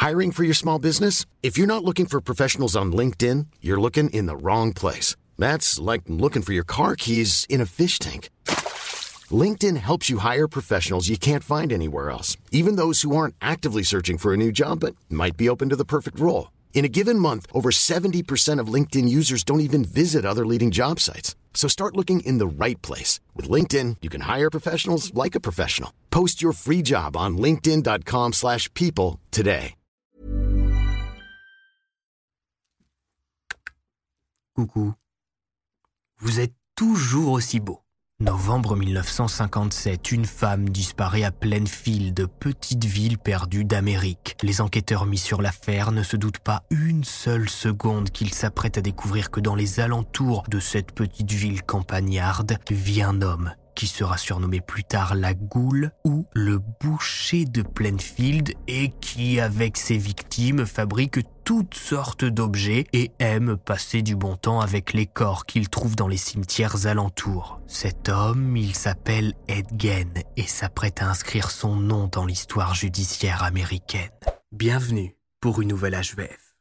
Hiring for your small business? If you're not looking for professionals on LinkedIn, you're looking in the wrong place. That's like looking for your car keys in a fish tank. LinkedIn helps you hire professionals you can't find anywhere else, even those who aren't actively searching for a new job but might be open to the perfect role. In a given month, over 70% of LinkedIn users don't even visit other leading job sites. So start looking in the right place. With LinkedIn, you can hire professionals like a professional. Post your free job on linkedin.com/people today. Coucou. Vous êtes toujours aussi beau. Novembre 1957, une femme disparaît à Plainfield, petite ville perdue d'Amérique. Les enquêteurs mis sur l'affaire ne se doutent pas une seule seconde qu'ils s'apprêtent à découvrir que dans les alentours de cette petite ville campagnarde vit un homme qui sera surnommé plus tard la Goule ou le boucher de Plainfield et qui, avec ses victimes, fabrique toutes sortes d'objets et aime passer du bon temps avec les corps qu'il trouve dans les cimetières alentours. Cet homme, il s'appelle Ed Gein et s'apprête à inscrire son nom dans l'histoire judiciaire américaine. Bienvenue pour une nouvelle HVF.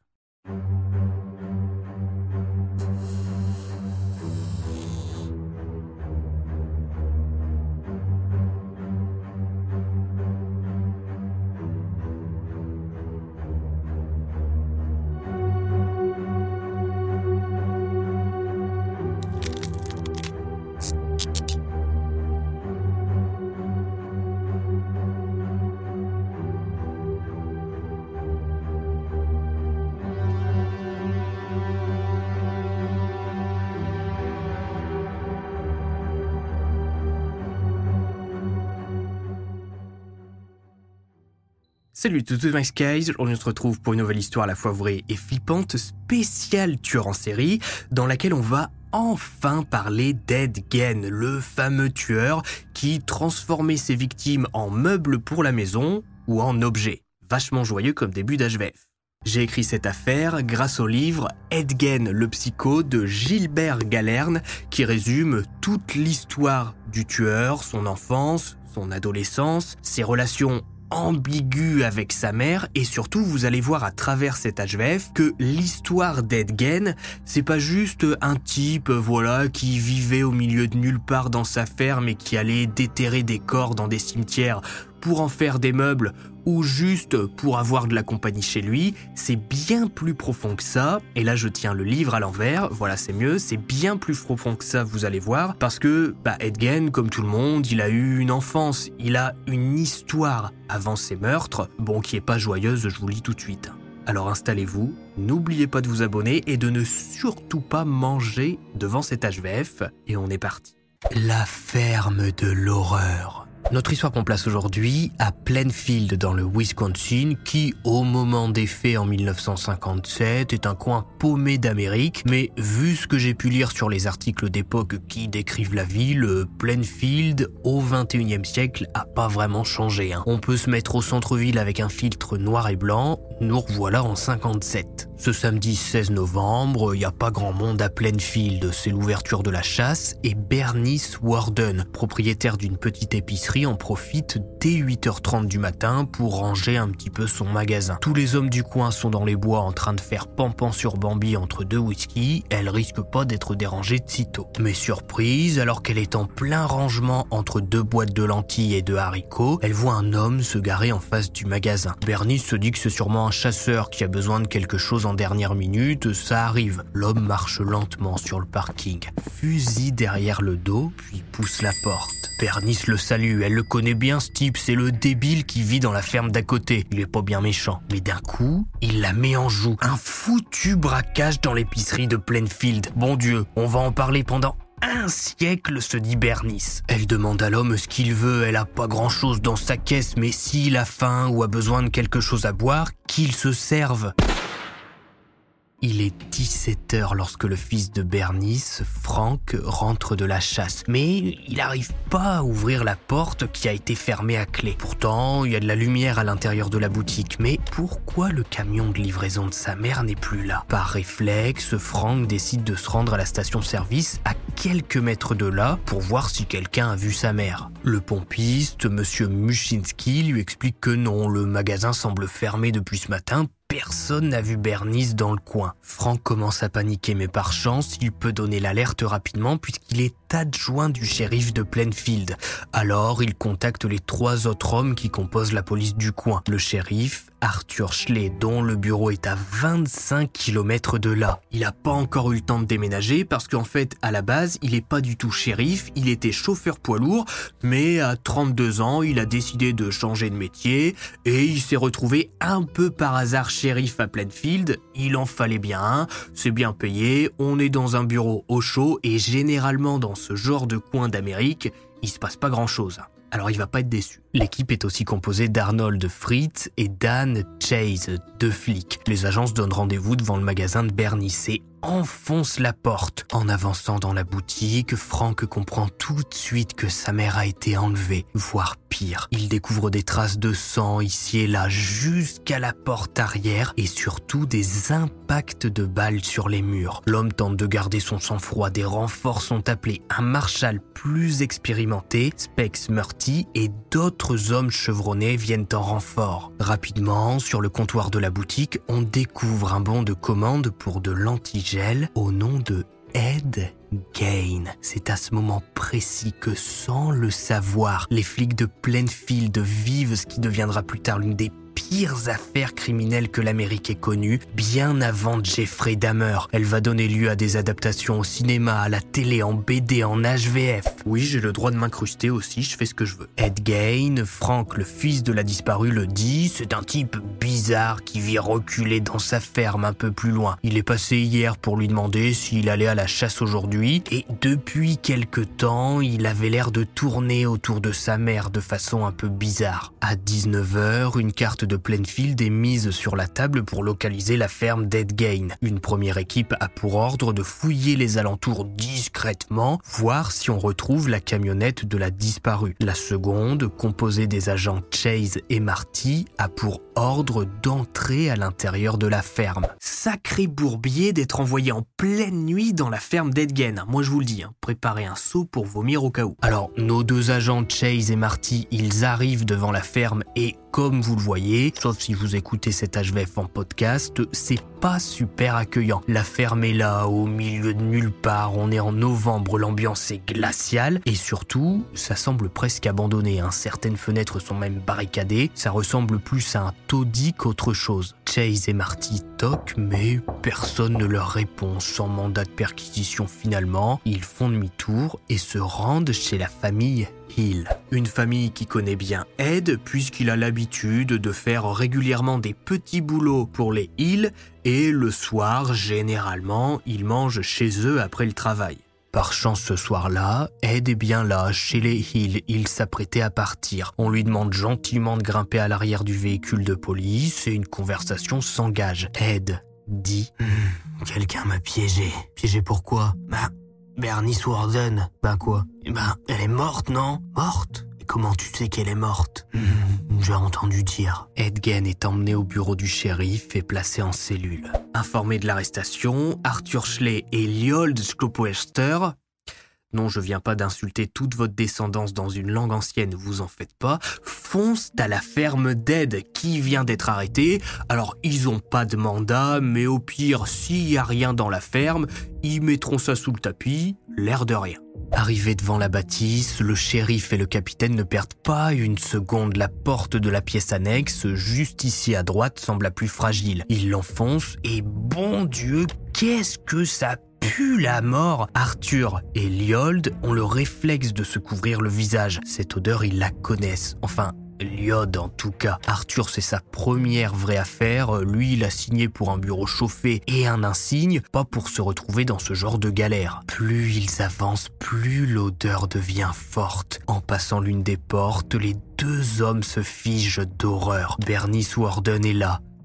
Salut tout le monde, guys. Aujourd'hui on se retrouve pour une nouvelle histoire à la fois vraie et flippante, spéciale tueur en série, dans laquelle on va enfin parler d'Ed Gein, le fameux tueur qui transformait ses victimes en meubles pour la maison ou en objets. Vachement joyeux comme début d'HVF. J'ai écrit cette affaire grâce au livre Ed Gein, le psycho de Gilbert Galerne, qui résume toute l'histoire du tueur, son enfance, son adolescence, ses relations ambigu avec sa mère et surtout vous allez voir à travers cet HVF que l'histoire d'Ed Gein, c'est pas juste un type qui vivait au milieu de nulle part dans sa ferme et qui allait déterrer des corps dans des cimetières pour en faire des meubles ou juste pour avoir de la compagnie chez lui. C'est bien plus profond que ça, et là je tiens le livre à l'envers, voilà c'est mieux, c'est bien plus profond que ça, vous allez voir, parce que Ed Gein, comme tout le monde, il a eu une enfance, il a une histoire avant ses meurtres, qui est pas joyeuse, je vous le dis tout de suite. Alors installez-vous, n'oubliez pas de vous abonner et de ne surtout pas manger devant cet HVF, et on est parti. La ferme de l'horreur. Notre histoire qu'on place aujourd'hui à Plainfield dans le Wisconsin qui, au moment des faits en 1957, est un coin paumé d'Amérique. Mais vu ce que j'ai pu lire sur les articles d'époque qui décrivent la ville, Plainfield au XXIe siècle a pas vraiment changé. On peut se mettre au centre-ville avec un filtre noir et blanc, nous revoilà en 57. Ce samedi 16 novembre, y a pas grand monde à Plainfield, c'est l'ouverture de la chasse et Bernice Warden, propriétaire d'une petite épicerie, en profite dès 8h30 du matin pour ranger un petit peu son magasin. Tous les hommes du coin sont dans les bois en train de faire pampan sur Bambi entre deux whisky, elle risque pas d'être dérangée de sitôt. Mais surprise, alors qu'elle est en plein rangement entre deux boîtes de lentilles et de haricots, elle voit un homme se garer en face du magasin. Bernice se dit que c'est sûrement un chasseur qui a besoin de quelque chose en dernière minute, ça arrive. L'homme marche lentement sur le parking, fusil derrière le dos, puis pousse la porte. Bernice le salue, elle le connaît bien ce type, c'est le débile qui vit dans la ferme d'à côté. Il est pas bien méchant. Mais d'un coup, il la met en joue. Un foutu braquage dans l'épicerie de Plainfield. Bon Dieu, on va en parler pendant un siècle, se dit Bernice. Elle demande à l'homme ce qu'il veut, elle a pas grand-chose dans sa caisse, mais s'il a faim ou a besoin de quelque chose à boire, qu'il se serve. Il est 17h lorsque le fils de Bernice, Frank, rentre de la chasse. Mais il n'arrive pas à ouvrir la porte qui a été fermée à clé. Pourtant, il y a de la lumière à l'intérieur de la boutique. Mais pourquoi le camion de livraison de sa mère n'est plus là ? Par réflexe, Frank décide de se rendre à la station-service à quelques mètres de là pour voir si quelqu'un a vu sa mère. Le pompiste, Monsieur Muschinski, lui explique que non, le magasin semble fermé depuis ce matin. Personne n'a vu Bernice dans le coin. Frank commence à paniquer, mais par chance, il peut donner l'alerte rapidement puisqu'il est adjoint du shérif de Plainfield. Alors, il contacte les 3 autres hommes qui composent la police du coin. Le shérif, Arthur Schley, dont le bureau est à 25 km de là. Il n'a pas encore eu le temps de déménager parce qu'en fait, à la base, il n'est pas du tout shérif, il était chauffeur poids lourd, mais à 32 ans, il a décidé de changer de métier et il s'est retrouvé un peu par hasard shérif à Plainfield. Il en fallait bien un, c'est bien payé, on est dans un bureau au chaud et généralement dans ce genre de coin d'Amérique, il se passe pas grand-chose. Alors il va pas être déçu. L'équipe est aussi composée d'Arnold Fritz et Dan Chase, 2 flics. Les agents se donnent rendez-vous devant le magasin de Bernice et enfoncent la porte. En avançant dans la boutique, Frank comprend tout de suite que sa mère a été enlevée, voire pire. Il découvre des traces de sang ici et là jusqu'à la porte arrière et surtout des impacts de balles sur les murs. L'homme tente de garder son sang-froid, des renforts sont appelés, un marshal plus expérimenté, Specs Murty et d'autres hommes chevronnés viennent en renfort. Rapidement, sur le comptoir de la boutique, on découvre un bon de commande pour de l'antigel au nom de Ed Gein. C'est à ce moment précis que, sans le savoir, les flics de Plainfield vivent ce qui deviendra plus tard l'une des pires affaires criminelles que l'Amérique ait connues, bien avant Jeffrey Dahmer. Elle va donner lieu à des adaptations au cinéma, à la télé, en BD, en HVF. Oui, j'ai le droit de m'incruster aussi, je fais ce que je veux. Ed Gein, Frank, le fils de la disparue, le dit, c'est un type bizarre qui vit reculé dans sa ferme un peu plus loin. Il est passé hier pour lui demander s'il allait à la chasse aujourd'hui, et depuis quelque temps, il avait l'air de tourner autour de sa mère de façon un peu bizarre. À 19h, une carte de Plainfield est mise sur la table pour localiser la ferme d'Ed Gein. Une première équipe a pour ordre de fouiller les alentours discrètement, voir si on retrouve la camionnette de la disparue. La seconde, composée des agents Chase et Marty, a pour ordre d'entrer à l'intérieur de la ferme. Sacré bourbier d'être envoyé en pleine nuit dans la ferme d'Ed Gein. Moi je vous le dis, préparez un seau pour vomir au cas où. Alors, nos 2 agents Chase et Marty, ils arrivent devant la ferme et comme vous le voyez, sauf si vous écoutez cet HVF en podcast, c'est pas super accueillant. La ferme est là, au milieu de nulle part, on est en novembre, l'ambiance est glaciale et surtout, ça semble presque abandonné. Certaines fenêtres sont même barricadées, ça ressemble plus à un taudis qu'autre chose. Chase et Marty toquent, mais personne ne leur répond. Sans mandat de perquisition finalement, ils font demi-tour et se rendent chez la famille Hill. Une famille qui connaît bien Ed puisqu'il a l'habitude de faire régulièrement des petits boulots pour les Hill et le soir, généralement, ils mangent chez eux après le travail. Par chance ce soir-là, Ed est bien là, chez les Hill, il s'apprêtait à partir. On lui demande gentiment de grimper à l'arrière du véhicule de police et une conversation s'engage. Ed dit « Quelqu'un m'a piégé. Piégé pourquoi ? Bernice Warden. Quoi ? Elle est morte, non ? Morte ? Et comment tu sais qu'elle est morte ? J'ai entendu dire. Ed Gein est emmené au bureau du shérif et placé en cellule. Informé de l'arrestation, Arthur Schley et Lyold Schlopwester... Non, je viens pas d'insulter toute votre descendance dans une langue ancienne, vous en faites pas. Foncent à la ferme d'Ed qui vient d'être arrêté. Alors, ils ont pas de mandat, mais au pire, s'il y a rien dans la ferme, ils mettront ça sous le tapis, l'air de rien. Arrivés devant la bâtisse, le shérif et le capitaine ne perdent pas une seconde. La porte de la pièce annexe, juste ici à droite, semble la plus fragile. Ils l'enfoncent et bon Dieu, qu'est-ce que ça pue la mort. Arthur et Lyold ont le réflexe de se couvrir le visage. Cette odeur, ils la connaissent. Enfin, Lyold en tout cas. Arthur, c'est sa première vraie affaire. Lui, il a signé pour un bureau chauffé et un insigne, pas pour se retrouver dans ce genre de galère. Plus ils avancent, plus l'odeur devient forte. En passant l'une des portes, les 2 hommes se figent d'horreur. Bernice Warden est là,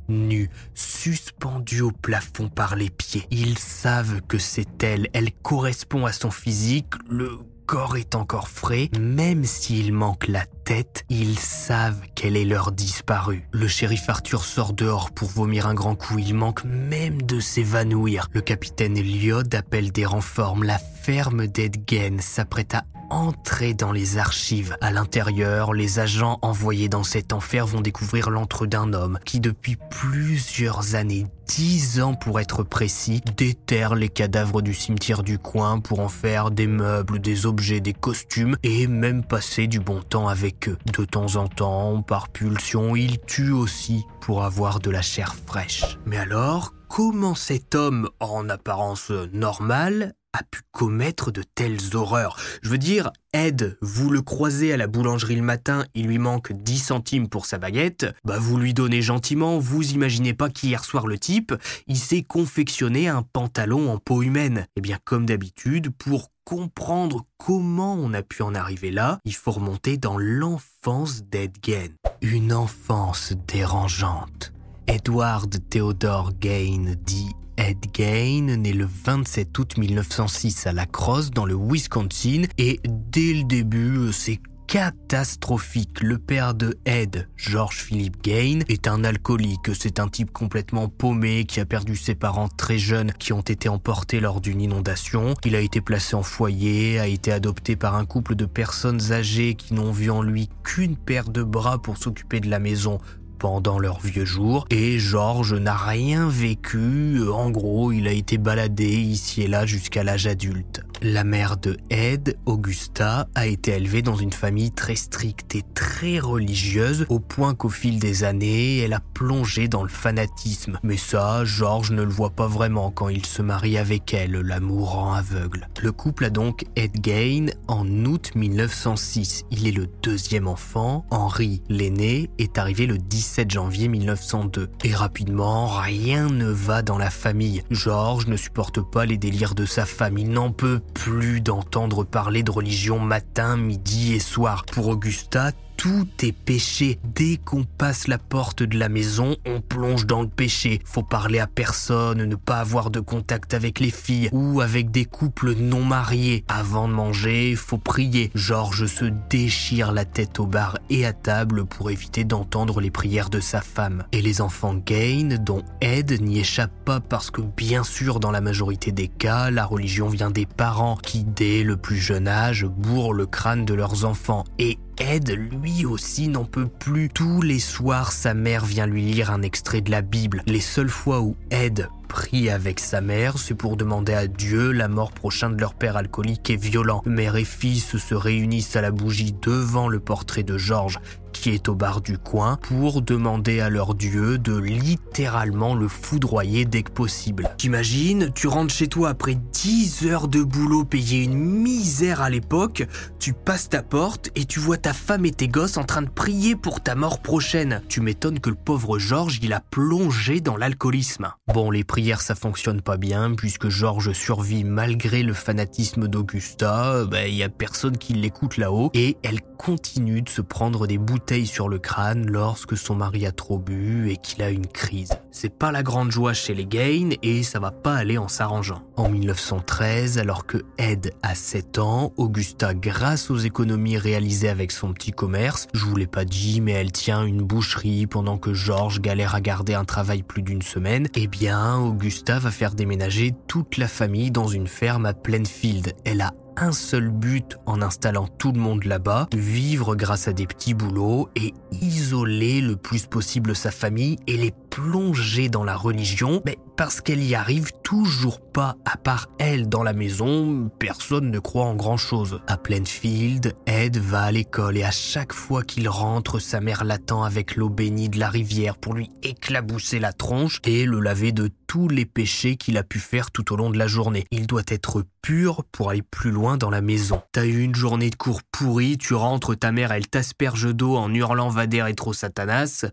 nue, suspendue au plafond par les pieds. Ils savent que c'est elle, elle correspond à son physique, le corps est encore frais, même s'il manque la tête, ils savent qu'elle est leur disparue. Le shérif Arthur sort dehors pour vomir un grand coup, il manque même de s'évanouir. Le capitaine Elliot appelle des renforts, la ferme d'Ed Gein s'apprête à entrer dans les archives. À l'intérieur, les agents envoyés dans cet enfer vont découvrir l'antre d'un homme qui, depuis plusieurs années, 10 ans pour être précis, déterre les cadavres du cimetière du coin pour en faire des meubles, des objets, des costumes et même passer du bon temps avec eux. De temps en temps, par pulsion, il tue aussi pour avoir de la chair fraîche. Mais alors, comment cet homme, en apparence normal, a pu commettre de telles horreurs? Je veux dire, Ed, vous le croisez à la boulangerie le matin, il lui manque 10 centimes pour sa baguette, vous lui donnez gentiment, vous imaginez pas qu'hier soir le type, il s'est confectionné un pantalon en peau humaine. Eh bien, comme d'habitude, pour comprendre comment on a pu en arriver là, il faut remonter dans l'enfance d'Ed Gein. Une enfance dérangeante. Edward Theodore Gein dit Ed Gein, né le 27 août 1906 à La Crosse dans le Wisconsin, et dès le début, c'est catastrophique. Le père de Ed, George Philip Gein, est un alcoolique. C'est un type complètement paumé qui a perdu ses parents très jeunes qui ont été emportés lors d'une inondation. Il a été placé en foyer, a été adopté par un couple de personnes âgées qui n'ont vu en lui qu'une paire de bras pour s'occuper de la maison pendant leurs vieux jours, et George n'a rien vécu. En gros, il a été baladé ici et là jusqu'à l'âge adulte. La mère de Ed, Augusta, a été élevée dans une famille très stricte et très religieuse, au point qu'au fil des années, elle a plongé dans le fanatisme. Mais ça, George ne le voit pas vraiment quand il se marie avec elle, l'amour rend aveugle. Le couple a donc Ed Gein en août 1906. Il est le deuxième enfant. Henry, l'aîné, est arrivé le 17 janvier 1902. Et rapidement, rien ne va dans la famille. George ne supporte pas les délires de sa femme. Il n'en peut plus d'entendre parler de religion matin, midi et soir. Pour Augusta, tout est péché. Dès qu'on passe la porte de la maison, on plonge dans le péché. Faut parler à personne, ne pas avoir de contact avec les filles ou avec des couples non mariés. Avant de manger, faut prier. George se déchire la tête au bar et à table pour éviter d'entendre les prières de sa femme. Et les enfants Gein, dont Ed, n'y échappe pas parce que bien sûr, dans la majorité des cas, la religion vient des parents qui, dès le plus jeune âge, bourrent le crâne de leurs enfants. Et Ed, lui aussi, n'en peut plus. Tous les soirs, sa mère vient lui lire un extrait de la Bible. Les seules fois où Ed prie avec sa mère, c'est pour demander à Dieu la mort prochaine de leur père alcoolique et violent. Mère et fils se réunissent à la bougie devant le portrait de George, qui est au bar du coin, pour demander à leur Dieu de littéralement le foudroyer dès que possible. T'imagines, tu rentres chez toi après 10 heures de boulot payé une misère à l'époque, tu passes ta porte et tu vois ta femme et tes gosses en train de prier pour ta mort prochaine. Tu m'étonnes que le pauvre George, il a plongé dans l'alcoolisme. Bon, les prières, ça fonctionne pas bien, puisque George survit malgré le fanatisme d'Augusta. Y a personne qui l'écoute là-haut, et elle continue de se prendre des bouteilles sur le crâne lorsque son mari a trop bu et qu'il a une crise. C'est pas la grande joie chez les Gein, et ça va pas aller en s'arrangeant. En 1913, alors que Ed a 7 ans, Augusta, grâce aux économies réalisées avec son petit commerce, je vous l'ai pas dit, mais elle tient une boucherie pendant que George galère à garder un travail plus d'une semaine. Eh bien, Augusta va faire déménager toute la famille dans une ferme à Plainfield. Elle a un seul but en installant tout le monde là-bas, vivre grâce à des petits boulots et isoler le plus possible sa famille et les plonger dans la religion, mais parce qu'elle y arrive toujours pas. À part elle dans la maison, personne ne croit en grand-chose. À Plainfield, Ed va à l'école et à chaque fois qu'il rentre, sa mère l'attend avec l'eau bénie de la rivière pour lui éclabousser la tronche et le laver de tous les péchés qu'il a pu faire tout au long de la journée. Il doit être pur pour aller plus loin dans la maison. T'as eu une journée de cours pourrie, tu rentres, ta mère elle t'asperge d'eau en hurlant Vader et trop Satanas.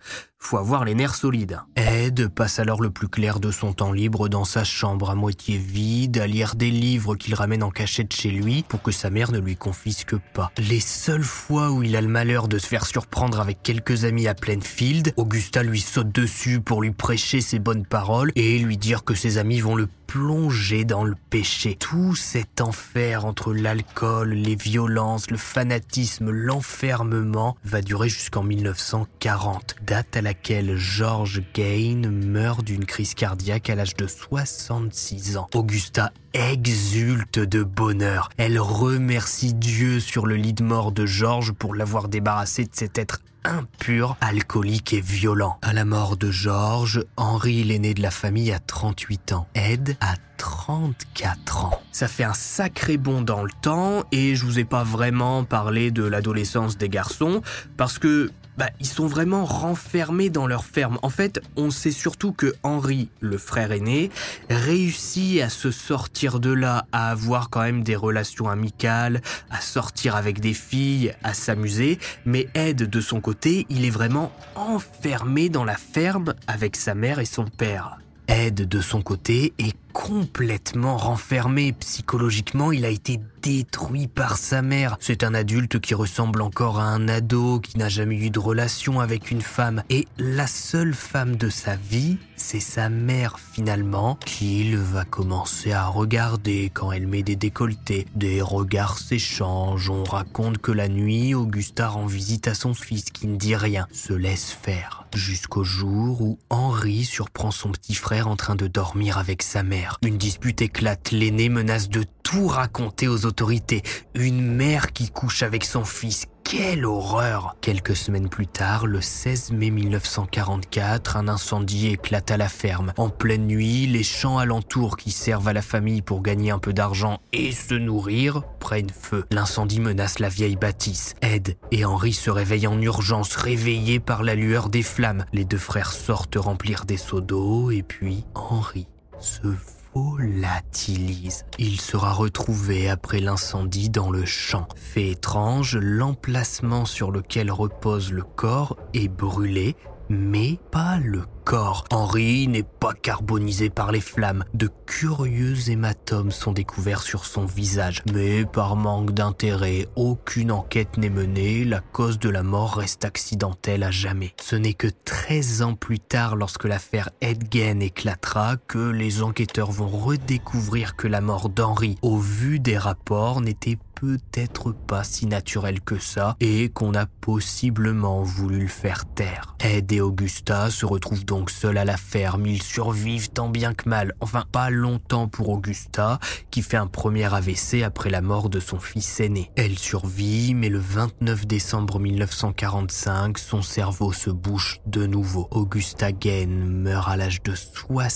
faut avoir les nerfs solides. Ed passe alors le plus clair de son temps libre dans sa chambre à moitié vide, à lire des livres qu'il ramène en cachette chez lui pour que sa mère ne lui confisque pas. Les seules fois où il a le malheur de se faire surprendre avec quelques amis à Plainfield, Augusta lui saute dessus pour lui prêcher ses bonnes paroles et lui dire que ses amis vont le plonger dans le péché. Tout cet enfer entre l'alcool, les violences, le fanatisme, l'enfermement va durer jusqu'en 1940, date à laquelle George Gaines meurt d'une crise cardiaque à l'âge de 66 ans. Augusta exulte de bonheur. Elle remercie Dieu sur le lit de mort de George pour l'avoir débarrassé de cet être impur, alcoolique et violent. À la mort de George, Henry, l'aîné de la famille, a 38 ans. Ed a 34 ans. Ça fait un sacré bond dans le temps et je vous ai pas vraiment parlé de l'adolescence des garçons parce que ils sont vraiment renfermés dans leur ferme. En fait, on sait surtout que Henry, le frère aîné, réussit à se sortir de là, à avoir quand même des relations amicales, à sortir avec des filles, à s'amuser. Mais Ed, de son côté, il est vraiment enfermé dans la ferme avec sa mère et son père. Ed, de son côté, est complètement renfermé. Psychologiquement, il a été détruit par sa mère. C'est un adulte qui ressemble encore à un ado, qui n'a jamais eu de relation avec une femme. Et la seule femme de sa vie, c'est sa mère finalement, qu'il va commencer à regarder quand elle met des décolletés. Des regards s'échangent, on raconte que la nuit, Augusta rend visite à son fils qui ne dit rien, se laisse faire. Jusqu'au jour où Henry surprend son petit frère en train de dormir avec sa mère. Une dispute éclate, l'aîné menace de tout raconter aux autorités. Une mère qui couche avec son fils, quelle horreur! Quelques semaines plus tard, le 16 mai 1944, un incendie éclate à la ferme. En pleine nuit, les champs alentours qui servent à la famille pour gagner un peu d'argent et se nourrir prennent feu. L'incendie menace la vieille bâtisse. Ed et Henry se réveillent en urgence, réveillés par la lueur des flammes. Les deux frères sortent remplir des seaux d'eau et puis Henry se volatilise. Il sera retrouvé après l'incendie dans le champ. Fait étrange, l'emplacement sur lequel repose le corps est brûlé, mais pas le corps. Henry n'est pas carbonisé par les flammes. De curieux hématomes sont découverts sur son visage. Mais par manque d'intérêt, aucune enquête n'est menée. La cause de la mort reste accidentelle à jamais. Ce n'est que 13 ans plus tard, lorsque l'affaire Ed Gein éclatera, que les enquêteurs vont redécouvrir que la mort d'Henry, au vu des rapports, n'était peut-être pas si naturel que ça et qu'on a possiblement voulu le faire taire. Ed et Augusta se retrouvent donc seuls à la ferme. Ils survivent tant bien que mal. Enfin, pas longtemps pour Augusta, qui fait un premier AVC après la mort de son fils aîné. Elle survit, mais le 29 décembre 1945, son cerveau se bouche de nouveau. Augusta Gein meurt à l'âge de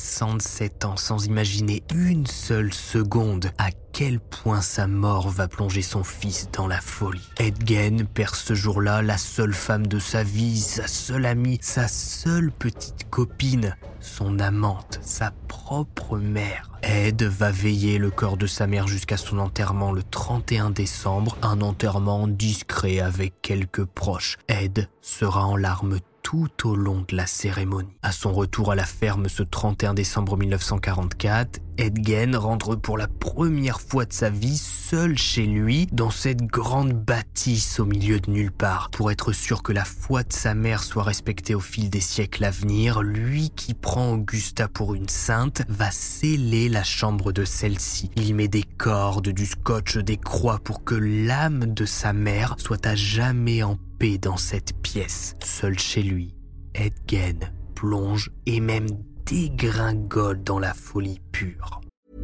67 ans sans imaginer une seule seconde à quel point sa mort va plonger son fils dans la folie. Ed Gein perd ce jour-là la seule femme de sa vie, sa seule amie, sa seule petite copine, son amante, sa propre mère. Ed va veiller le corps de sa mère jusqu'à son enterrement le 31 décembre, un enterrement discret avec quelques proches. Ed sera en larmes tout au long de la cérémonie. À son retour à la ferme ce 31 décembre 1944, Ed Gein rentre pour la première fois de sa vie seul chez lui dans cette grande bâtisse au milieu de nulle part. Pour être sûr que la foi de sa mère soit respectée au fil des siècles à venir, lui qui prend Augusta pour une sainte va sceller la chambre de celle-ci. Il met des cordes, du scotch, des croix pour que l'âme de sa mère soit à jamais en paix dans cette pièce. Seul chez lui, Ed Gein plonge et même dégringole dans la folie pure.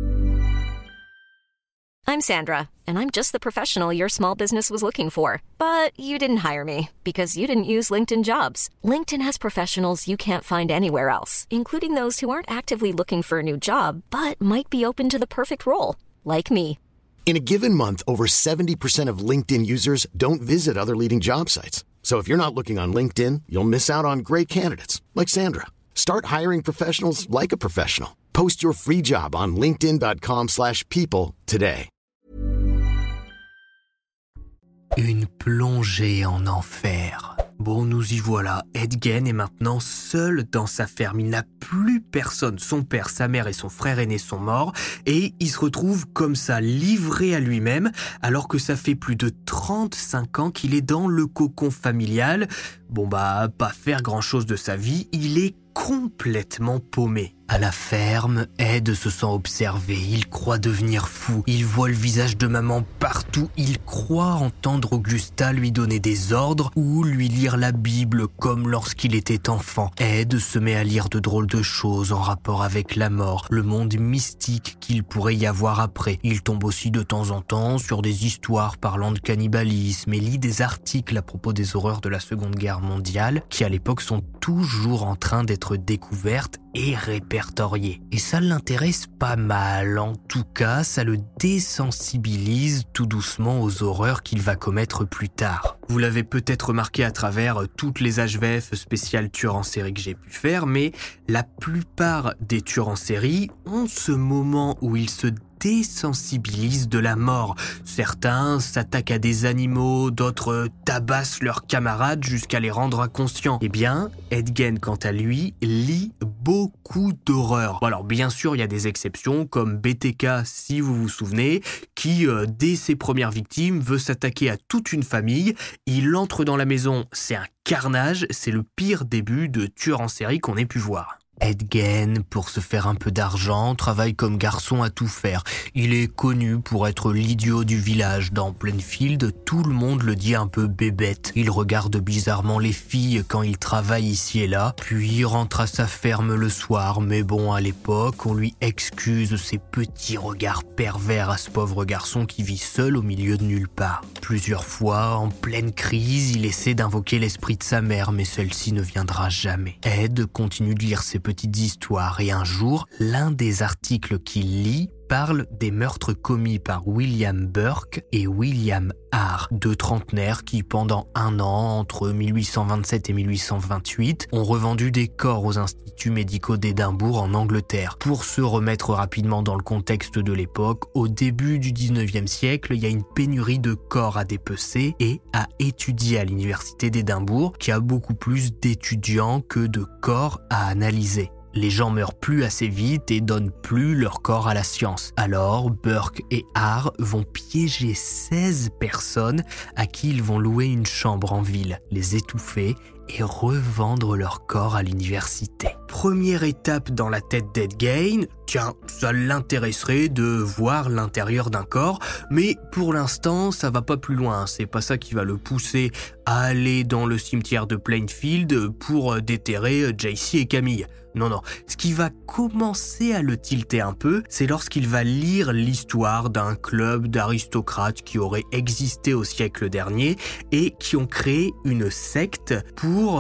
I'm Sandra, and I'm just the professional your small business was looking for. But you didn't hire me because you didn't use LinkedIn Jobs. LinkedIn has professionals you can't find anywhere else, including those who aren't actively looking for a new job, but might be open to the perfect role, like me. In a given month, over 70% of LinkedIn users don't visit other leading job sites. So if you're not looking on LinkedIn, you'll miss out on great candidates like Sandra. Start hiring professionals like a professional. Post your free job on linkedin.com/people today. Une plongée en enfer. Bon, nous y voilà. Ed Gein est maintenant seul dans sa ferme. Il n'a plus personne. Son père, sa mère et son frère aîné sont morts. Et il se retrouve comme ça, livré à lui-même, alors que ça fait plus de 35 ans qu'il est dans le cocon familial. Bon pas faire grand-chose de sa vie, il est complètement paumé. À la ferme, Ed se sent observé, il croit devenir fou, il voit le visage de maman partout, il croit entendre Augusta lui donner des ordres ou lui lire la Bible comme lorsqu'il était enfant. Ed se met à lire de drôles de choses en rapport avec la mort, le monde mystique qu'il pourrait y avoir après. Il tombe aussi de temps en temps sur des histoires parlant de cannibalisme et lit des articles à propos des horreurs de la Seconde Guerre mondiale qui à l'époque sont toujours en train d'être découvertes et répertoriées. Et ça l'intéresse pas mal, en tout cas ça le désensibilise tout doucement aux horreurs qu'il va commettre plus tard. Vous l'avez peut-être remarqué à travers toutes les HVF spéciales tueurs en série que j'ai pu faire, mais la plupart des tueurs en série ont ce moment où ils se désensibilisent de la mort. Certains s'attaquent à des animaux, d'autres tabassent leurs camarades jusqu'à les rendre inconscients. Eh bien, Ed Gein, quant à lui, lit beaucoup d'horreurs. Bon, alors bien sûr, il y a des exceptions, comme BTK, si vous vous souvenez, qui, dès ses premières victimes, veut s'attaquer à toute une famille. Il entre dans la maison, c'est un carnage, c'est le pire début de tueur en série qu'on ait pu voir. Ed Gein, pour se faire un peu d'argent, travaille comme garçon à tout faire. Il est connu pour être l'idiot du village. Dans Plainfield, tout le monde le dit un peu bébête. Il regarde bizarrement les filles quand il travaille ici et là, puis il rentre à sa ferme le soir. Mais bon, à l'époque, on lui excuse ses petits regards pervers à ce pauvre garçon qui vit seul au milieu de nulle part. Plusieurs fois, en pleine crise, il essaie d'invoquer l'esprit de sa mère, mais celle-ci ne viendra jamais. Ed continue de lire ses petites histoires et un jour, l'un des articles qu'il lit parle des meurtres commis par William Burke et William Harr, deux trentenaires qui, pendant un an, entre 1827 et 1828, ont revendu des corps aux instituts médicaux d'Édimbourg en Angleterre. Pour se remettre rapidement dans le contexte de l'époque, au début du 19e siècle, il y a une pénurie de corps à dépecer et à étudier à l'université d'Édimbourg, qui a beaucoup plus d'étudiants que de corps à analyser. Les gens meurent plus assez vite et donnent plus leur corps à la science. Alors, Burke et Harr vont piéger 16 personnes à qui ils vont louer une chambre en ville, les étouffer et revendre leur corps à l'université. Première étape dans la tête d'Ed Gein, tiens, ça l'intéresserait de voir l'intérieur d'un corps, mais pour l'instant, ça va pas plus loin. C'est pas ça qui va le pousser à aller dans le cimetière de Plainfield pour déterrer JC et Camille. Non. Ce qui va commencer à le tilter un peu, c'est lorsqu'il va lire l'histoire d'un club d'aristocrates qui aurait existé au siècle dernier et qui ont créé une secte pour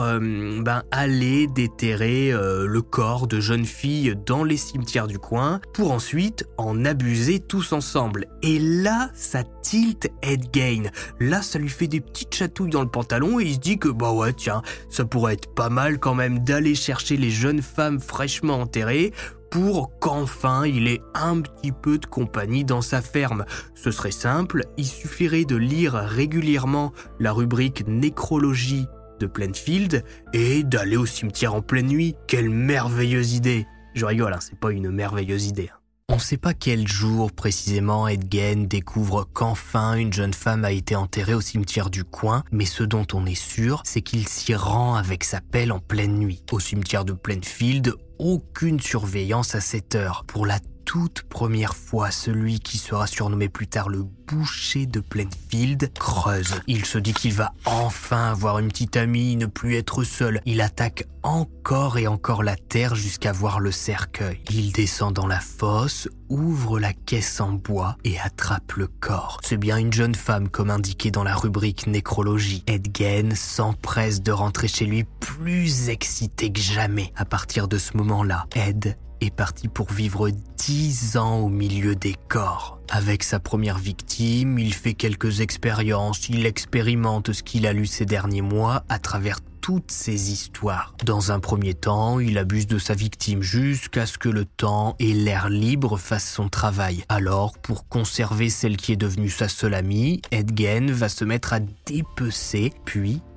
aller déterrer le corps de jeunes filles dans les cimetières du coin pour ensuite en abuser tous ensemble. Et là, ça tilte Ed Gein. Là, ça lui fait des petites chatouilles dans le pantalon et il se dit que ça pourrait être pas mal quand même d'aller chercher les jeunes femmes fraîchement enterrées pour qu'enfin il ait un petit peu de compagnie dans sa ferme. Ce serait simple, il suffirait de lire régulièrement la rubrique nécrologie de Plainfield et d'aller au cimetière en pleine nuit. Quelle merveilleuse idée! Je rigole, c'est pas une merveilleuse idée. On ne sait pas quel jour précisément Ed Gein découvre qu'enfin une jeune femme a été enterrée au cimetière du coin, mais ce dont on est sûr, c'est qu'il s'y rend avec sa pelle en pleine nuit. Au cimetière de Plainfield, aucune surveillance à cette heure. Pour la toute première fois, celui qui sera surnommé plus tard le boucher de Plainfield creuse. Il se dit qu'il va enfin avoir une petite amie, ne plus être seul. Il attaque encore et encore la terre jusqu'à voir le cercueil. Il descend dans la fosse, ouvre la caisse en bois et attrape le corps. C'est bien une jeune femme comme indiqué dans la rubrique nécrologie. Ed Gein s'empresse de rentrer chez lui plus excité que jamais. À partir de ce moment-là, Ed est parti pour vivre 10 ans au milieu des corps. Avec sa première victime, il fait quelques expériences, il expérimente ce qu'il a lu ces derniers mois à travers toutes ces histoires. Dans un premier temps, il abuse de sa victime jusqu'à ce que le temps et l'air libre fassent son travail. Alors, pour conserver celle qui est devenue sa seule amie, Ed Gein va se mettre à dépecer, puis à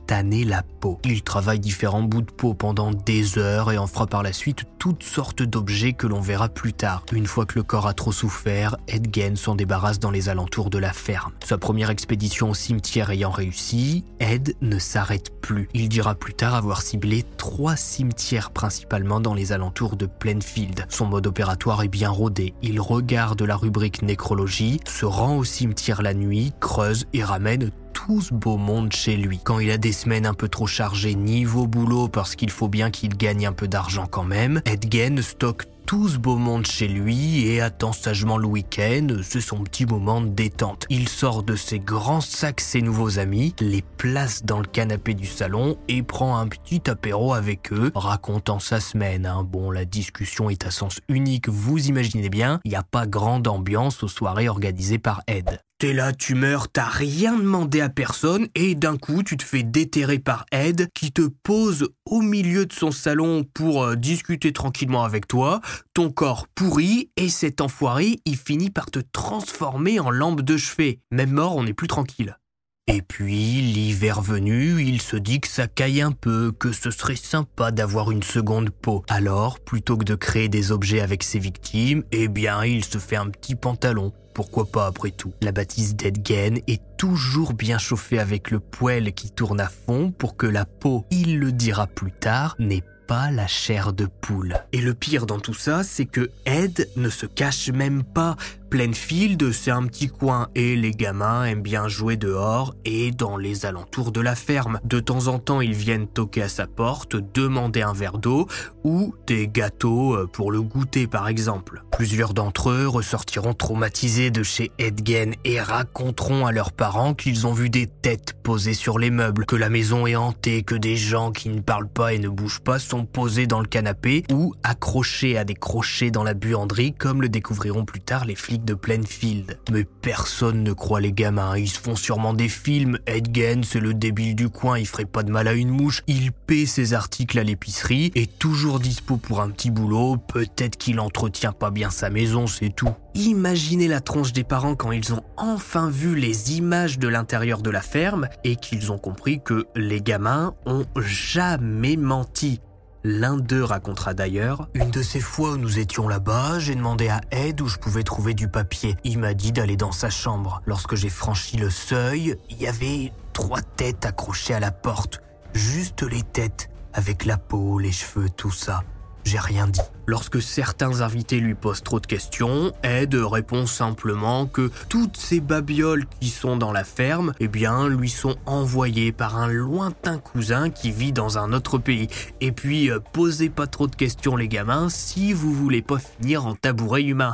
tanner la peau. Il travaille différents bouts de peau pendant des heures et en fera par la suite toutes sortes d'objets que l'on verra plus tard. Une fois que le corps a trop souffert, Ed Gein s'en débarrasse dans les alentours de la ferme. Sa première expédition au cimetière ayant réussi, Ed ne s'arrête plus. Il dira plus tard avoir ciblé 3 cimetières principalement dans les alentours de Plainfield. Son mode opératoire est bien rodé. Il regarde la rubrique nécrologie, se rend au cimetière la nuit, creuse et ramène tout ce beau monde chez lui. Quand il a des semaines un peu trop chargées niveau boulot parce qu'il faut bien qu'il gagne un peu d'argent quand même, Ed Gein stocke tout ce beau monde chez lui et attend sagement le week-end, c'est son petit moment de détente. Il sort de ses grands sacs ses nouveaux amis, les place dans le canapé du salon et prend un petit apéro avec eux, racontant sa semaine. Bon, la discussion est à sens unique, vous imaginez bien, il n'y a pas grande ambiance aux soirées organisées par Ed. T'es là, tu meurs, t'as rien demandé à personne et d'un coup tu te fais déterrer par Ed qui te pose au milieu de son salon pour discuter tranquillement avec toi, ton corps pourrit et cet enfoiré il finit par te transformer en lampe de chevet. Même mort, on n'est plus tranquille. Et puis, l'hiver venu, il se dit que ça caille un peu, que ce serait sympa d'avoir une seconde peau. Alors, plutôt que de créer des objets avec ses victimes, eh bien, il se fait un petit pantalon. Pourquoi pas après tout? La bâtisse d'Ed Gein est toujours bien chauffée avec le poêle qui tourne à fond pour que la peau, il le dira plus tard, n'ait pas la chair de poule. Et le pire dans tout ça, c'est que Ed ne se cache même pas. Plainfield, c'est un petit coin et les gamins aiment bien jouer dehors et dans les alentours de la ferme. De temps en temps, ils viennent toquer à sa porte, demander un verre d'eau ou des gâteaux pour le goûter par exemple. Plusieurs d'entre eux ressortiront traumatisés de chez Ed Gein et raconteront à leurs parents qu'ils ont vu des têtes posées sur les meubles, que la maison est hantée, que des gens qui ne parlent pas et ne bougent pas sont posés dans le canapé ou accrochés à des crochets dans la buanderie comme le découvriront plus tard les flics de Plainfield. Mais personne ne croit les gamins, ils se font sûrement des films. Ed Gein, c'est le débile du coin, il ferait pas de mal à une mouche, il paie ses articles à l'épicerie, est toujours dispo pour un petit boulot, peut-être qu'il entretient pas bien sa maison, c'est tout. Imaginez la tronche des parents quand ils ont enfin vu les images de l'intérieur de la ferme et qu'ils ont compris que les gamins ont jamais menti. L'un d'eux racontera d'ailleurs « Une de ces fois où nous étions là-bas, j'ai demandé à Ed où je pouvais trouver du papier. Il m'a dit d'aller dans sa chambre. Lorsque j'ai franchi le seuil, il y avait 3 têtes accrochées à la porte. Juste les têtes, avec la peau, les cheveux, tout ça. J'ai rien dit. » Lorsque certains invités lui posent trop de questions, Ed répond simplement que toutes ces babioles qui sont dans la ferme, eh bien, lui sont envoyées par un lointain cousin qui vit dans un autre pays. Et puis, posez pas trop de questions les gamins si vous voulez pas finir en tabouret humain.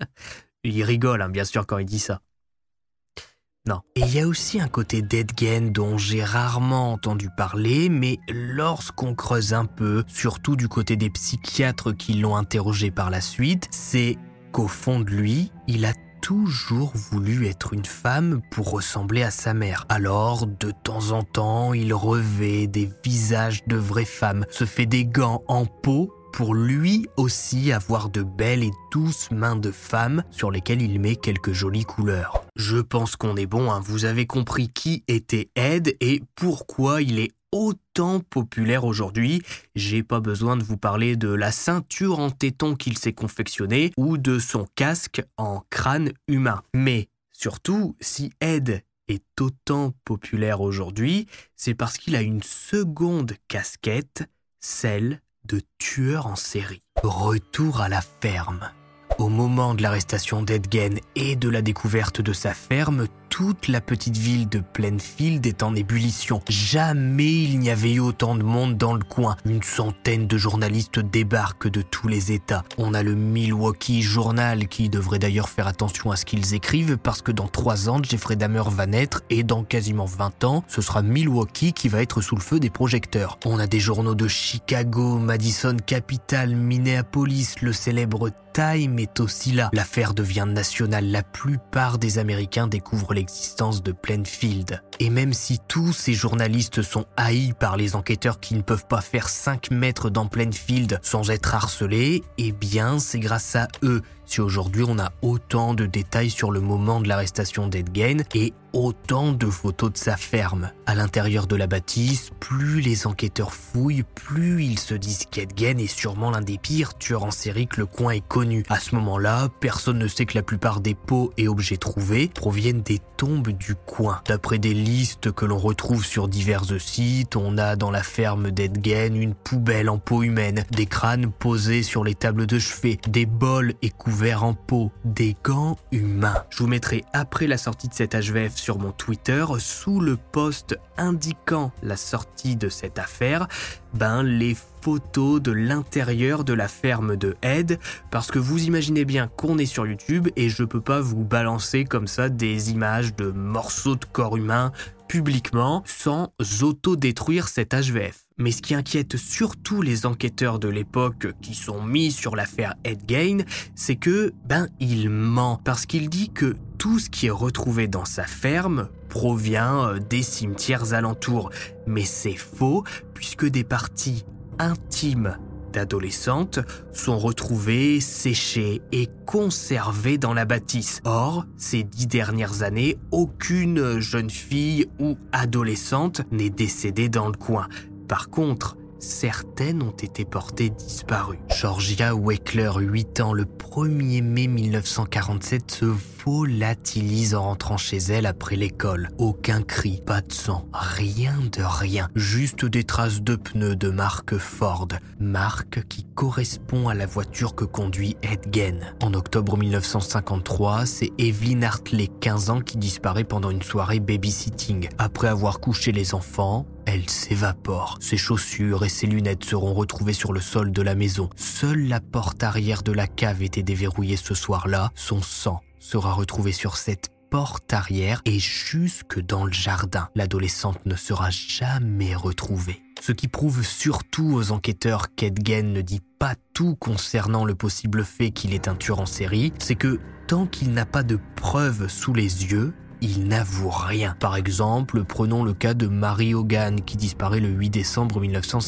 Il rigole, bien sûr, quand il dit ça. Non. Et il y a aussi un côté d'Ed Gein dont j'ai rarement entendu parler, mais lorsqu'on creuse un peu, surtout du côté des psychiatres qui l'ont interrogé par la suite, c'est qu'au fond de lui, il a toujours voulu être une femme pour ressembler à sa mère. Alors, de temps en temps, il revêt des visages de vraies femmes, se fait des gants en peau pour lui aussi avoir de belles et douces mains de femme sur lesquelles il met quelques jolies couleurs. Je pense qu'on est bon, vous avez compris qui était Ed et pourquoi il est autant populaire aujourd'hui. J'ai pas besoin de vous parler de la ceinture en téton qu'il s'est confectionnée ou de son casque en crâne humain. Mais surtout, si Ed est autant populaire aujourd'hui, c'est parce qu'il a une seconde casquette, celle de tueur en série. Retour à la ferme. Au moment de l'arrestation d'Ed Gein et de la découverte de sa ferme, toute la petite ville de Plainfield est en ébullition. Jamais il n'y avait eu autant de monde dans le coin. Une centaine de journalistes débarquent de tous les États. On a le Milwaukee Journal qui devrait d'ailleurs faire attention à ce qu'ils écrivent parce que dans 3 ans, Jeffrey Dahmer va naître et dans quasiment 20 ans, ce sera Milwaukee qui va être sous le feu des projecteurs. On a des journaux de Chicago, Madison Capital, Minneapolis, le célèbre Time est aussi là. L'affaire devient nationale. La plupart des Américains découvrent l'existence de Plainfield. Et même si tous ces journalistes sont haïs par les enquêteurs qui ne peuvent pas faire 5 mètres dans Plainfield sans être harcelés, eh bien c'est grâce à eux si aujourd'hui on a autant de détails sur le moment de l'arrestation d'Ed Gein et autant de photos de sa ferme. À l'intérieur de la bâtisse, plus les enquêteurs fouillent, plus ils se disent qu'Ed Gein est sûrement l'un des pires tueurs en série que le coin ait connu. À ce moment-là, personne ne sait que la plupart des pots et objets trouvés proviennent des tombes du coin. D'après des listes que l'on retrouve sur divers sites, on a dans la ferme d'Ed Gein une poubelle en peau humaine, des crânes posés sur les tables de chevet, des bols et couverts en peau, des gants humains. Je vous mettrai après la sortie de cet HVF sur mon Twitter, sous le post indiquant la sortie de cette affaire, les photos de l'intérieur de la ferme de Ed, parce que vous imaginez bien qu'on est sur YouTube et je peux pas vous balancer comme ça des images de morceaux de corps humains publiquement sans auto-détruire cet HVF. Mais ce qui inquiète surtout les enquêteurs de l'époque qui sont mis sur l'affaire Ed Gein, c'est que, il ment. Parce qu'il dit que tout ce qui est retrouvé dans sa ferme provient des cimetières alentours. Mais c'est faux, puisque des parties intimes d'adolescentes sont retrouvées, séchées et conservées dans la bâtisse. Or, ces 10 dernières années, aucune jeune fille ou adolescente n'est décédée dans le coin. Par contre, certaines ont été portées disparues. Georgia Weckler, 8 ans, le 1er mai 1947, se volatilise en rentrant chez elle après l'école. Aucun cri, pas de sang, rien de rien. Juste des traces de pneus de marque Ford. Marque qui correspond à la voiture que conduit Ed Gein. En octobre 1953, c'est Evelyn Hartley, 15 ans, qui disparaît pendant une soirée babysitting. Après avoir couché les enfants, elle s'évapore. Ses chaussures et ses lunettes seront retrouvées sur le sol de la maison. Seule la porte arrière de la cave était déverrouillée ce soir-là. Son sang sera retrouvé sur cette porte arrière et jusque dans le jardin. L'adolescente ne sera jamais retrouvée. Ce qui prouve surtout aux enquêteurs qu'Ed Gein ne dit pas tout concernant le possible fait qu'il est un tueur en série, c'est que tant qu'il n'a pas de preuves sous les yeux, il n'avoue rien. Par exemple, prenons le cas de Mary Hogan qui disparaît le 8 décembre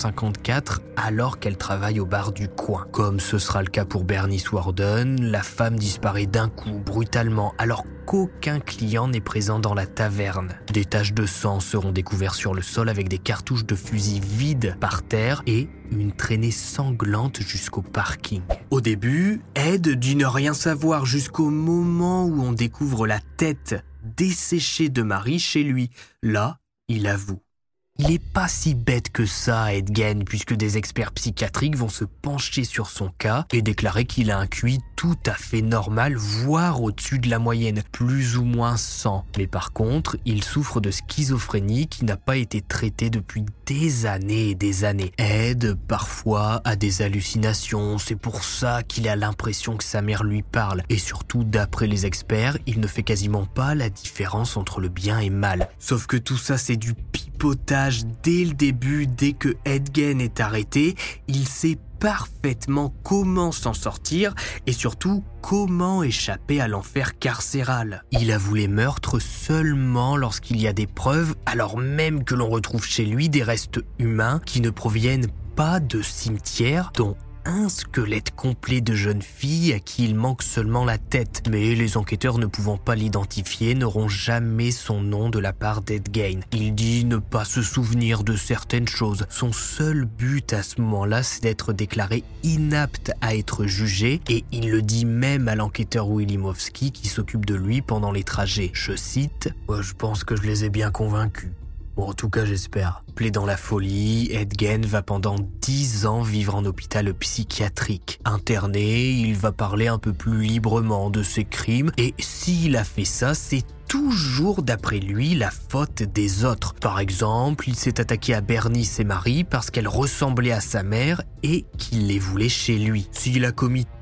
1954 alors qu'elle travaille au bar du coin. Comme ce sera le cas pour Bernice Worden, la femme disparaît d'un coup, brutalement, alors qu'aucun client n'est présent dans la taverne. Des taches de sang seront découvertes sur le sol avec des cartouches de fusil vides par terre et une traînée sanglante jusqu'au parking. Au début, Ed dit ne rien savoir jusqu'au moment où on découvre la tête desséché de Marie chez lui. Là, il avoue. Il est pas si bête que ça, Ed Gein, puisque des experts psychiatriques vont se pencher sur son cas et déclarer qu'il a un QI tout à fait normal, voire au-dessus de la moyenne, plus ou moins 100. Mais par contre, il souffre de schizophrénie qui n'a pas été traitée depuis des années et des années. Ed, parfois, a des hallucinations, c'est pour ça qu'il a l'impression que sa mère lui parle. Et surtout, d'après les experts, il ne fait quasiment pas la différence entre le bien et mal. Sauf que tout ça, c'est du pipotage. Dès le début, dès que Ed Gein est arrêté, il sait parfaitement comment s'en sortir et surtout comment échapper à l'enfer carcéral. Il avoue les meurtres seulement lorsqu'il y a des preuves, alors même que l'on retrouve chez lui des restes humains qui ne proviennent pas de cimetières, dont un squelette complet de jeune fille à qui il manque seulement la tête. Mais les enquêteurs ne pouvant pas l'identifier n'auront jamais son nom de la part d'Ed Gein. Il dit ne pas se souvenir de certaines choses. Son seul but à ce moment-là, c'est d'être déclaré inapte à être jugé et il le dit même à l'enquêteur Wilimowski qui s'occupe de lui pendant les trajets. Je cite « Je pense que je les ai bien convaincus. Bon, en tout cas, j'espère. » Plaidant la folie, Ed Gein va pendant 10 ans vivre en hôpital psychiatrique. Interné, il va parler un peu plus librement de ses crimes et s'il a fait ça, c'est toujours d'après lui la faute des autres. Par exemple, il s'est attaqué à Bernice et Marie parce qu'elles ressemblaient à sa mère et qu'il les voulait chez lui. S'il a commis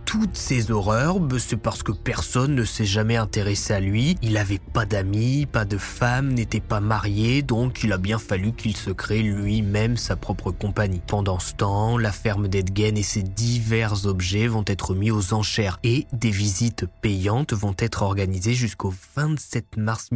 toutes ces horreurs, c'est parce que personne ne s'est jamais intéressé à lui. Il n'avait pas d'amis, pas de femme, n'était pas marié, donc il a bien fallu qu'il se crée lui-même sa propre compagnie. Pendant ce temps, la ferme d'Ed Gein et ses divers objets vont être mis aux enchères et des visites payantes vont être organisées jusqu'au 27 mars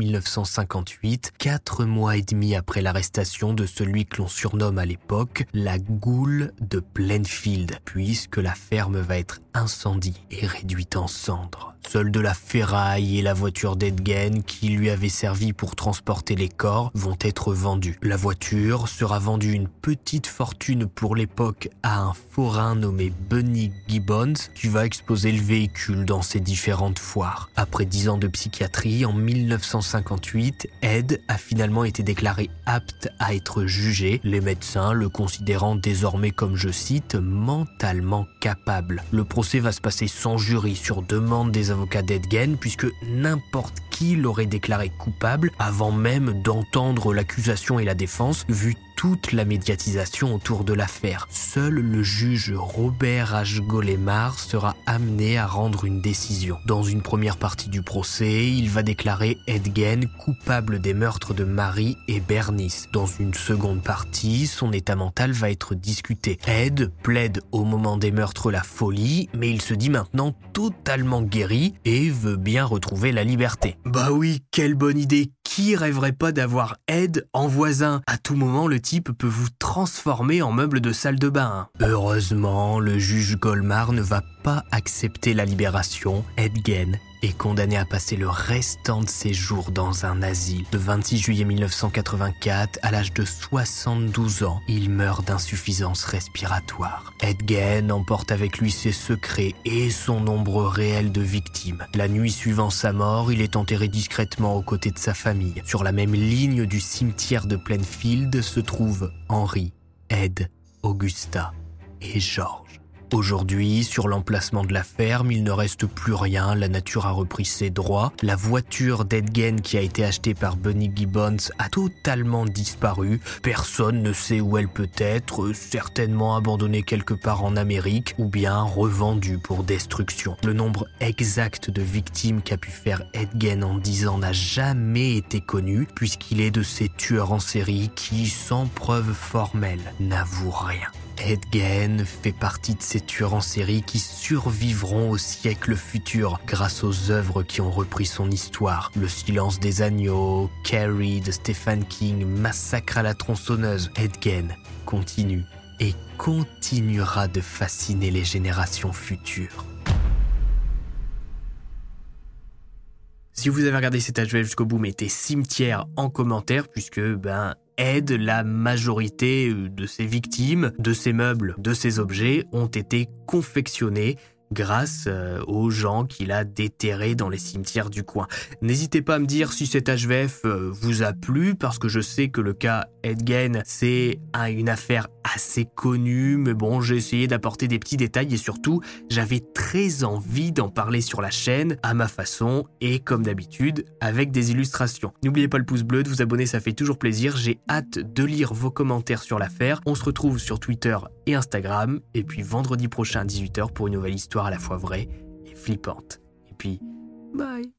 1958, 4 mois et demi après l'arrestation de celui que l'on surnomme à l'époque la Goule de Plainfield, puisque la ferme va être incendiée et réduite en cendres. Seule de la ferraille et la voiture d'Ed Gein qui lui avait servi pour transporter les corps vont être vendues. La voiture sera vendue une petite fortune pour l'époque à un forain nommé Bunny Gibbons qui va exposer le véhicule dans ses différentes foires. Après 10 ans de psychiatrie, en 1958, Ed a finalement été déclaré apte à être jugé, les médecins le considérant désormais comme, je cite, mentalement capable. Le procès va se passer sans jury sur demande des avocats d'Ed Gein puisque n'importe qui l'aurait déclaré coupable avant même d'entendre l'accusation et la défense vu toute la médiatisation autour de l'affaire. Seul le juge Robert H. Golemar sera amené à rendre une décision. Dans une première partie du procès, il va déclarer Ed Gein coupable des meurtres de Mary et Bernice. Dans une seconde partie, son état mental va être discuté. Ed plaide au moment des meurtres la folie, mais il se dit maintenant totalement guéri et veut bien retrouver la liberté. Bah oui, quelle bonne idée! Qui rêverait pas d'avoir Ed en voisin? À tout moment, le type peut vous transformer en meuble de salle de bain. Heureusement, le juge Golemar ne va pas accepter la libération. Ed Gein est condamné à passer le restant de ses jours dans un asile. Le 26 juillet 1984, à l'âge de 72 ans, il meurt d'insuffisance respiratoire. Ed Gein emporte avec lui ses secrets et son nombre réel de victimes. La nuit suivant sa mort, il est enterré discrètement aux côtés de sa famille. Sur la même ligne du cimetière de Plainfield se trouvent Henry, Ed, Augusta et George. Aujourd'hui, sur l'emplacement de la ferme, il ne reste plus rien, la nature a repris ses droits. La voiture d'Ed Gein qui a été achetée par Bunny Gibbons a totalement disparu. Personne ne sait où elle peut être, certainement abandonnée quelque part en Amérique ou bien revendue pour destruction. Le nombre exact de victimes qu'a pu faire Ed Gein en 10 ans n'a jamais été connu puisqu'il est de ces tueurs en série qui, sans preuve formelle, n'avouent rien. Ed Gein fait partie de ces tueurs en série qui survivront au siècle futur grâce aux œuvres qui ont repris son histoire. Le silence des agneaux, Carrie de Stephen King, Massacre à la tronçonneuse. Ed Gein continue et continuera de fasciner les générations futures. Si vous avez regardé cet HVF jusqu'au bout, mettez cimetière en commentaire puisque Ed, la majorité de ses victimes, de ses meubles, de ses objets ont été confectionnés grâce aux gens qu'il a déterrés dans les cimetières du coin. N'hésitez pas à me dire si cet HVF vous a plu, parce que je sais que le cas Ed Gein, c'est une affaire assez connue, mais bon, j'ai essayé d'apporter des petits détails et surtout, j'avais très envie d'en parler sur la chaîne, à ma façon, et comme d'habitude, avec des illustrations. N'oubliez pas le pouce bleu, de vous abonner, ça fait toujours plaisir, j'ai hâte de lire vos commentaires sur l'affaire. On se retrouve sur Twitter et Instagram, et puis vendredi prochain à 18h pour une nouvelle histoire à la fois vraie et flippante. Et puis, bye.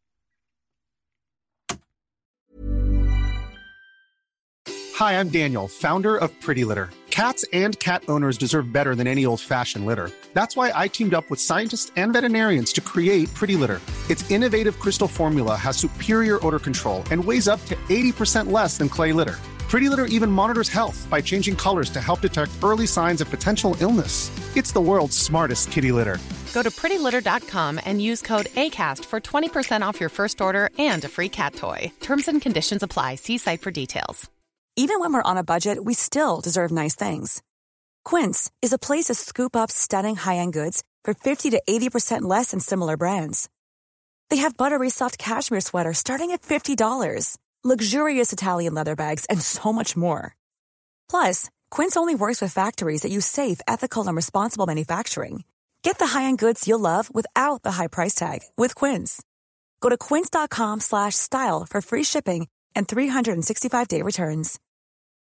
Hi, I'm Daniel, founder of Pretty Litter. Cats and cat owners deserve better than any old-fashioned litter. That's why I teamed up with scientists and veterinarians to create Pretty Litter. Its innovative crystal formula has superior odor control and weighs up to 80% less than clay litter. Pretty Litter even monitors health by changing colors to help detect early signs of potential illness. It's the world's smartest kitty litter. Go to prettylitter.com and use code ACAST for 20% off your first order and a free cat toy. Terms and conditions apply. See site for details. Even when we're on a budget, we still deserve nice things. Quince is a place to scoop up stunning high-end goods for 50 to 80% less than similar brands. They have buttery soft cashmere sweaters starting at $50, luxurious Italian leather bags, and so much more. Plus, Quince only works with factories that use safe, ethical, and responsible manufacturing. Get the high-end goods you'll love without the high price tag with Quince. Go to quince.com/style for free shipping and 365-day returns.